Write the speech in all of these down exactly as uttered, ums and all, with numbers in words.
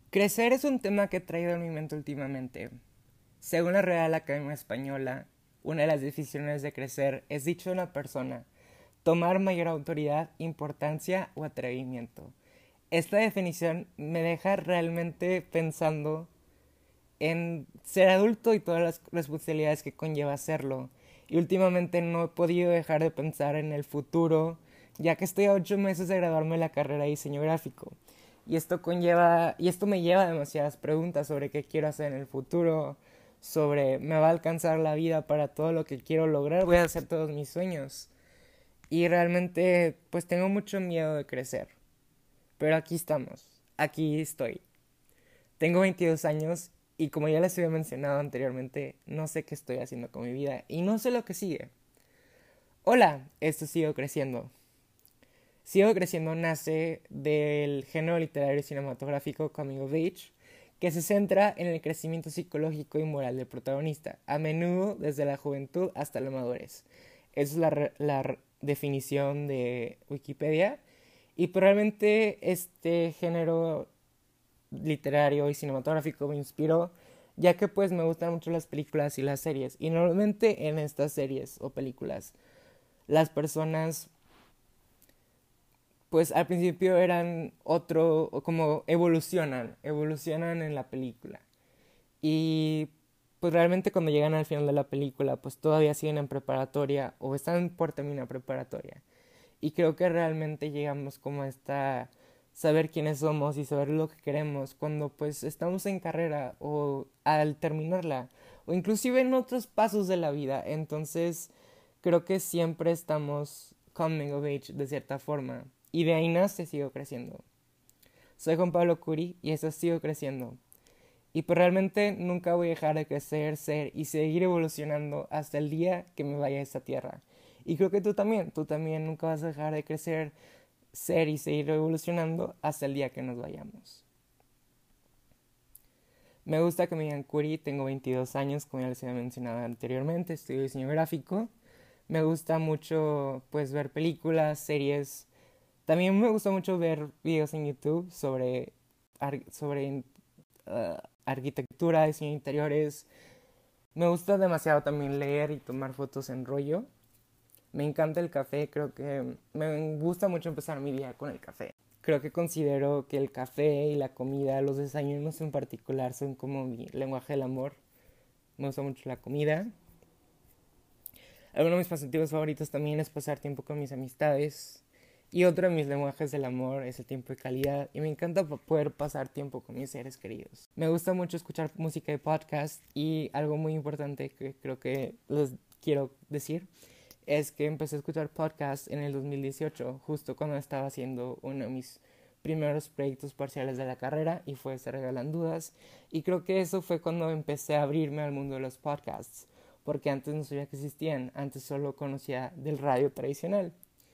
Crecer es un tema que he traído en mi mente últimamente. Según la Real Academia Española, una de las definiciones de crecer es dicho de una persona, tomar mayor autoridad, importancia o atrevimiento. Esta definición me deja realmente pensando en ser adulto y todas las responsabilidades que conlleva hacerlo. Y últimamente no he podido dejar de pensar en el futuro, ya que estoy a ocho meses de graduarme de la carrera de diseño gráfico. Y esto conlleva, y esto me lleva a demasiadas preguntas sobre qué quiero hacer en el futuro, sobre me va a alcanzar la vida para todo lo que quiero lograr, voy a hacer todos mis sueños. Y realmente pues tengo mucho miedo de crecer. Pero aquí estamos, aquí estoy. Tengo veintidós años y como ya les había mencionado anteriormente, no sé qué estoy haciendo con mi vida y no sé lo que sigue. Hola, esto Sigo Creciendo. Sigo Creciendo nace del género literario y cinematográfico Coming of Age, que se centra en el crecimiento psicológico y moral del protagonista, a menudo desde la juventud hasta la madurez. Esa es la, la definición de Wikipedia. Y probablemente este género literario y cinematográfico me inspiró, ya que pues me gustan mucho las películas y las series. Y normalmente en estas series o películas, las personas pues al principio eran otro, como evolucionan, evolucionan en la película. Y pues realmente cuando llegan al final de la película, pues todavía siguen en preparatoria o están por terminar preparatoria. Y creo que realmente llegamos como a esta saber quiénes somos y saber lo que queremos cuando pues estamos en carrera o al terminarla o inclusive en otros pasos de la vida. Entonces creo que siempre estamos coming of age de cierta forma y de ahí nace Sigo Creciendo. Soy Juan Pablo Curi y eso Sigo Creciendo. Y pues realmente nunca voy a dejar de crecer, ser y seguir evolucionando hasta el día que me vaya a esta tierra. Y creo que tú también, tú también nunca vas a dejar de crecer, ser y seguir evolucionando hasta el día que nos vayamos. Me gusta que me digan Curi, tengo veintidós años, como ya les había mencionado anteriormente, estudio diseño gráfico. Me gusta mucho pues ver películas, series. También me gusta mucho ver videos en YouTube sobre, sobre uh, arquitectura, diseño de interiores. Me gusta demasiado también leer y tomar fotos en rollo. Me encanta el café, creo que me gusta mucho empezar mi día con el café. Creo que considero que el café y la comida, los desayunos en particular, son como mi lenguaje del amor. Me gusta mucho la comida. Uno de mis pasatiempos favoritos también es pasar tiempo con mis amistades. Y otro de mis lenguajes del amor es el tiempo de calidad. Y me encanta poder pasar tiempo con mis seres queridos. Me gusta mucho escuchar música y podcast. Y algo muy importante que creo que les quiero decir es que empecé a escuchar podcast en el dos mil dieciocho, justo cuando estaba haciendo uno de mis primeros proyectos parciales de la carrera y fue Se Regalan Dudas. Y creo que eso fue cuando empecé a abrirme al mundo de los podcasts, porque antes no sabía que existían, antes solo conocía del radio tradicional.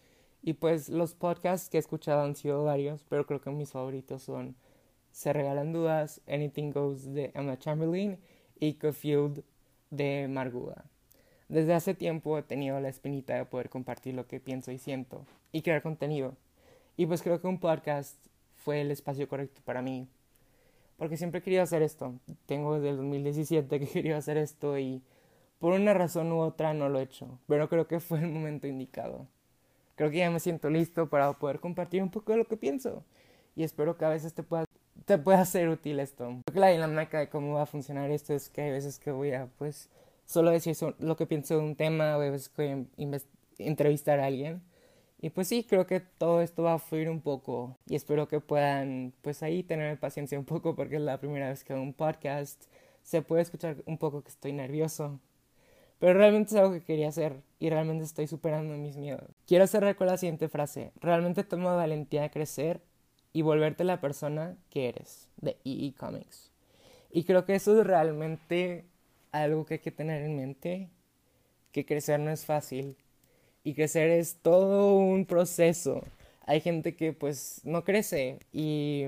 Y pues los podcasts que he escuchado han sido varios, pero creo que mis favoritos son Se Regalan Dudas, Anything Goes de Emma Chamberlain y Cofield de Marguda. Desde hace tiempo he tenido la espinita de poder compartir lo que pienso y siento y crear contenido. Y pues creo que un podcast fue el espacio correcto para mí, porque siempre he querido hacer esto. Tengo desde el dos mil diecisiete que quería hacer esto y por una razón u otra no lo he hecho, pero creo que fue el momento indicado. Creo que ya me siento listo para poder compartir un poco de lo que pienso y espero que a veces te pueda, te pueda ser útil esto. Creo que la dinámica de cómo va a funcionar esto es que hay veces que voy a pues solo decir lo que pienso de un tema o a veces que voy a entrevistar a alguien. Y pues sí, creo que todo esto va a fluir un poco y espero que puedan pues ahí tener paciencia un poco porque es la primera vez que hago un podcast. Se puede escuchar un poco que estoy nervioso, pero realmente es algo que quería hacer y realmente estoy superando mis miedos. Quiero cerrar con la siguiente frase. Realmente toma valentía de crecer y volverte la persona que eres, de E E Comics. Y creo que eso es realmente algo que hay que tener en mente, que crecer no es fácil y crecer es todo un proceso. Hay gente que pues no crece y,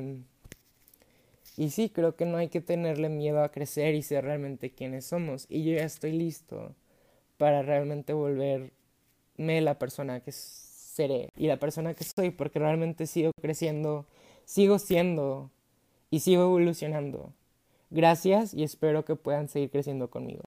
y sí, creo que no hay que tenerle miedo a crecer y ser realmente quienes somos. Y yo ya estoy listo para realmente volverme la persona que seré y la persona que soy, porque realmente sigo creciendo, sigo siendo y sigo evolucionando. Gracias y espero que puedan seguir creciendo conmigo.